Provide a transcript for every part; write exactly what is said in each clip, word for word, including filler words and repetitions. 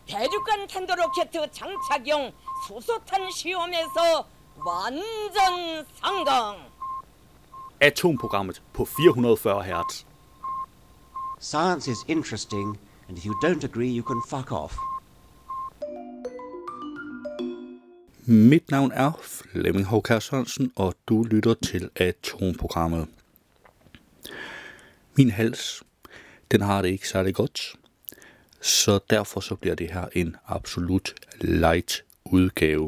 대륙간 탄도로켓 장착용 수소탄 시험에서 완전 성공. Atomprogrammet på fire hundrede og fyrre hertz. Science is interesting, and if you don't agree, you can fuck off. Mit navn er Flemming Håkær Sørensen, og du lytter til Atomprogrammet. Min hals, den har det ikke særlig godt, så derfor så bliver det her en absolut light udgave.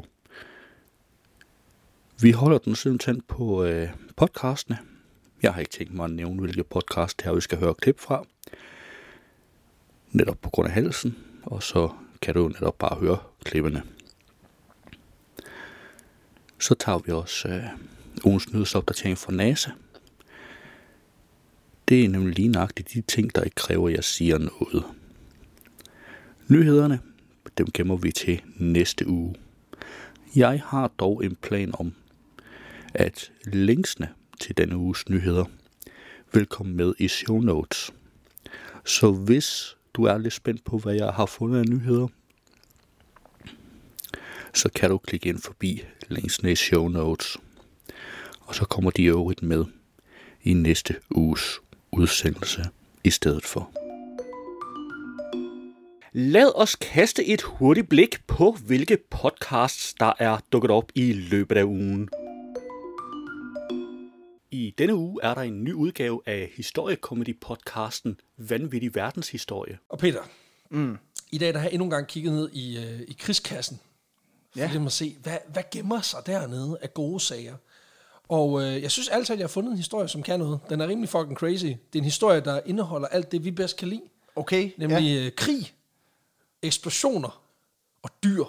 Vi holder den simpelthen på øh, podcastene. Jeg har ikke tænkt mig at nævne, hvilke podcast her vi skal høre klip fra. Netop på grund af halsen, og så kan du jo netop bare høre klippene. Så tager vi også øh, ugens nyhedsopdatering fra NASA. Det er nemlig lige nøjagtigt de ting, der ikke kræver, at jeg siger noget. Nyhederne, dem gemmer vi til næste uge. Jeg har dog en plan om, at linksene til denne uges nyheder vil komme med i show notes. Så hvis du er lidt spændt på, hvad jeg har fundet af nyheder, så kan du klikke ind forbi linksene i show notes. Og så kommer de øvrigt med i næste uges udsendelse i stedet for. Lad os kaste et hurtigt blik på, hvilke podcasts, der er dukket op i løbet af ugen. I denne uge er der en ny udgave af historiekomedy-podcasten Vanvittig Verdenshistorie. Og Peter, mm. i dag der har jeg endnu en gang kigget ned i, øh, i krigskassen. Ja. For at se, hvad, hvad gemmer sig dernede af gode sager. Og øh, jeg synes altid, at jeg har fundet en historie, som kan noget. Den er rimelig fucking crazy. Det er en historie, der indeholder alt det, vi bedst kan lide. Okay. Nemlig ja. øh, krig, eksplosioner og dyr.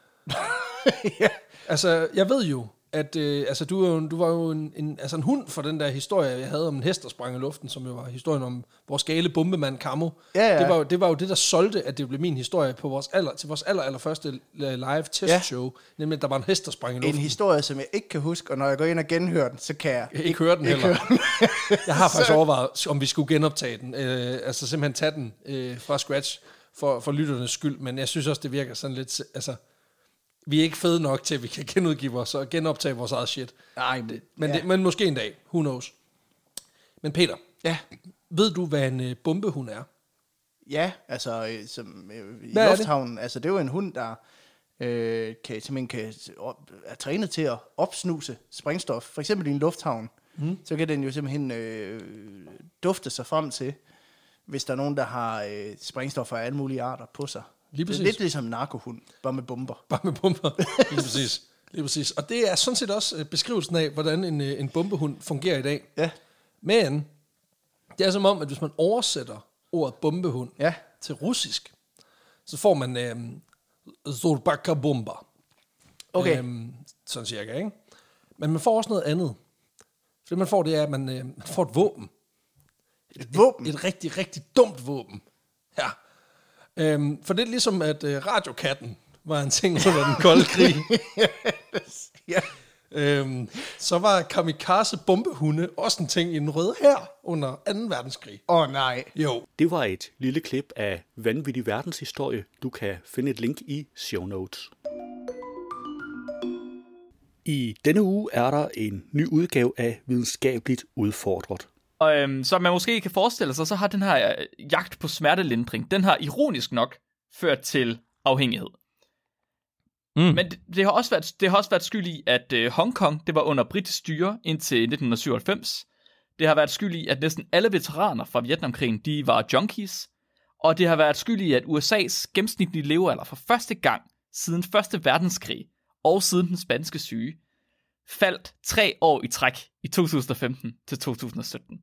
ja. Altså, jeg ved jo, at øh, altså, du, er jo, du var jo en, en, altså en hund for den der historie, jeg havde om en hest, der sprang i luften, som jo var historien om vores gale bombemand Camo. Ja, ja. Det, var jo, det var jo det, der solgte, at det blev min historie på vores aller, til vores aller, aller første live testshow, ja. Nemlig, at der var en hest, der sprang i luften. En historie, som jeg ikke kan huske, og når jeg går ind og genhører den, så kan jeg ikke, ikke høre den ikke heller. Høre den. Jeg har faktisk overvejet, om vi skulle genoptage den, øh, altså simpelthen tage den øh, fra scratch for, for lytternes skyld, men jeg synes også, det virker sådan lidt, altså... Vi er ikke fede nok til, at vi kan genudgive os og genoptage vores eget shit. Nej, det, men, ja. det, men måske en dag. Who knows? Men Peter, ja. Ved du, hvad en øh, bombehund er? Ja, altså øh, som, øh, i hvad lufthavnen. Det? Altså, det er jo en hund, der øh, kan, simpelthen kan, op, er trænet til at opsnuse sprængstof. For eksempel i en lufthavn. Mm. Så kan den jo simpelthen øh, dufte sig frem til, hvis der er nogen, der har øh, sprængstoffer af alle mulige arter på sig. Lige præcis. Det er lidt ligesom en narkohund, bare med bomber. Bare med bomber, lige præcis. Lige præcis. Og det er sådan set også beskrivelsen af, hvordan en, en bombehund fungerer i dag. Ja. Men det er som om, at hvis man oversætter ordet bombehund ja. til russisk, så får man øh, Zorbaka bomba. Okay. Øhm, sådan cirka, ikke? Men man får også noget andet. For det man får, det er, at man, øh, man får et våben. Et, et våben? Et, et rigtig, rigtig dumt våben. Ja. Øhm, for det er ligesom, at øh, radiokatten var en ting under den kolde krig. ja. øhm, så var kamikaze bombehunde også en ting i den røde hær under anden verdenskrig. Åh oh, nej. Jo. Det var et lille klip af Vanvittig Verdenshistorie. Du kan finde et link i show notes. I denne uge er der en ny udgave af Videnskabeligt Udfordret. Og øhm, som man måske kan forestille sig, så har den her øh, jagt på smertelindring, den har ironisk nok ført til afhængighed. Mm. Men det, det, har også været, det har også været skyld i, at øh, Hongkong, det var under britisk styre indtil nitten syvoghalvfems. Det har været skyld i, at næsten alle veteraner fra Vietnamkrigen, de var junkies. Og det har været skyld i, at U S A's gennemsnitlige levealder for første gang siden første verdenskrig og siden den spanske syge, faldt tre år i træk i to tusind og femten til to tusind og sytten.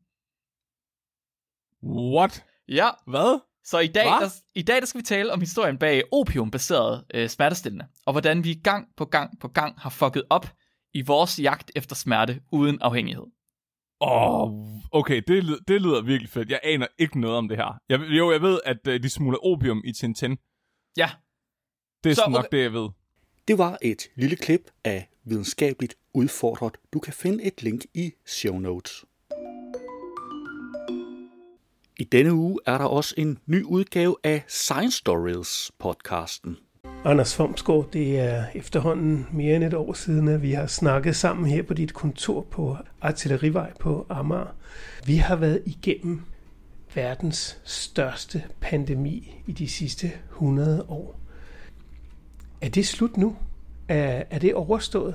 What? Ja. Hvad? Så i dag, der, i dag der skal vi tale om historien bag opiumbaseret øh, smertestillende, og hvordan vi gang på gang på gang har fucket op i vores jagt efter smerte uden afhængighed. Åh, oh, okay, det, lyder, det lyder virkelig fedt. Jeg aner ikke noget om det her. Jeg, jo, jeg ved, at uh, de smugler opium i Tintin. Ja. Det er så, nok okay. det, jeg ved. Det var et lille klip af Videnskabeligt Udfordret. Du kan finde et link i show notes. I denne uge er der også en ny udgave af Science Stories podcasten. Anders Fomsgaard, det er efterhånden mere end et år siden, at vi har snakket sammen her på dit kontor på Artillerivej på Amager. Vi har været igennem verdens største pandemi i de sidste hundrede år. Er det slut nu? Er, er det overstået?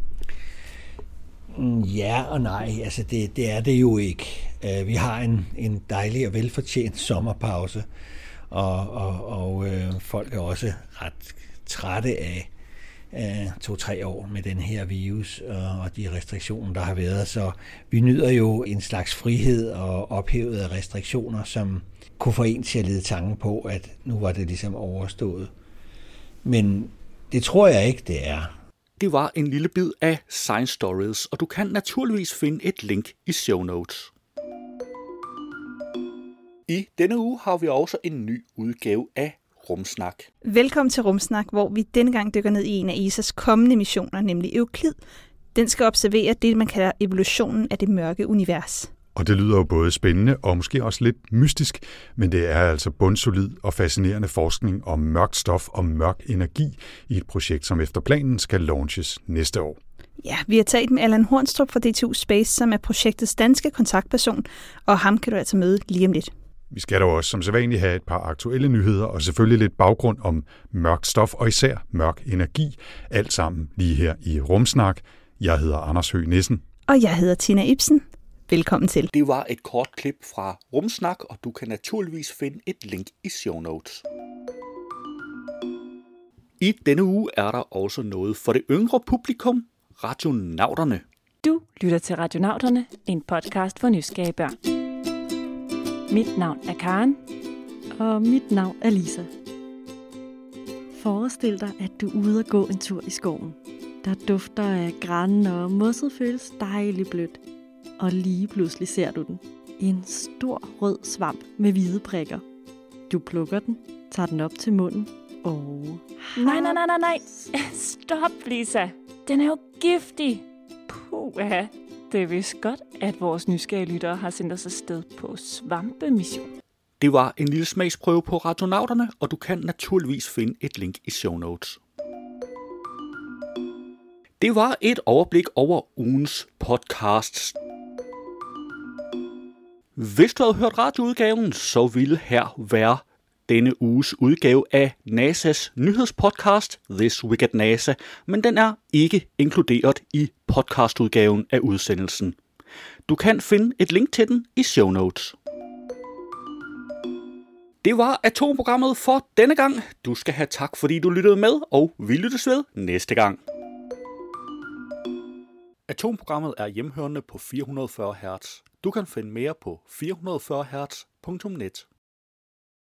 Ja og nej, altså det, det er det jo ikke. Vi har en, en dejlig og velfortjent sommerpause, og, og, og øh, folk er også ret trætte af øh, to-tre år med den her virus og, og de restriktioner, der har været. Så vi nyder jo en slags frihed og ophævede restriktioner, som kunne få en til at lede tanken på, at nu var det ligesom overstået. Men det tror jeg ikke, det er. Det var en lille bid af Science Stories, og du kan naturligvis finde et link i show notes. I denne uge har vi også en ny udgave af Rumsnak. Velkommen til Rumsnak, hvor vi denne gang dykker ned i en af E S A's kommende missioner, nemlig Euklid. Den skal observere det, man kalder evolutionen af det mørke univers. Og det lyder jo både spændende og måske også lidt mystisk, men det er altså bundsolid og fascinerende forskning om mørkt stof og mørk energi i et projekt, som efter planen skal launches næste år. Ja, vi har talt med Allan Hornstrup fra D T U Space, som er projektets danske kontaktperson, og ham kan du altså møde lige om lidt. Vi skal dog også som sædvanligt have et par aktuelle nyheder og selvfølgelig lidt baggrund om mørkt stof og især mørk energi. Alt sammen lige her i Rumsnak. Jeg hedder Anders Høgh Nissen. Og jeg hedder Tina Ibsen. Velkommen til. Det var et kort klip fra Rumsnak, og du kan naturligvis finde et link i show notes. I denne uge er der også noget for det yngre publikum, Radionauterne. Du lytter til Radionauterne, en podcast for nysgerrige børn. Mit navn er Karen. Og mit navn er Lisa. Forestil dig, at du er ude at gå en tur i skoven. Der dufter af gran, og mosset føles dejligt blødt. Og lige pludselig ser du den. En stor rød svamp med hvide prikker. Du plukker den, tager den op til munden og... Nej, nej, nej, nej, nej. Stop, Lisa. Den er jo giftig. Puha. Det er vist godt, at vores nysgerrige lyttere har sendt os afsted på svampemission. Det var en lille smagsprøve på Radionauterne, og du kan naturligvis finde et link i show notes. Det var et overblik over ugens podcasts. Hvis du havde hørt radioudgaven, så ville her være denne uges udgave af NASA's nyhedspodcast This Week at NASA, men den er ikke inkluderet i podcastudgaven af udsendelsen. Du kan finde et link til den i show notes. Det var atomprogrammet for denne gang. Du skal have tak, fordi du lyttede med, og vi lyttes ved næste gang. Atomprogrammet er hjemhørende på fire hundrede og fyrre hertz. Du kan finde mere på fire hundrede og fyrre hertz punktum net.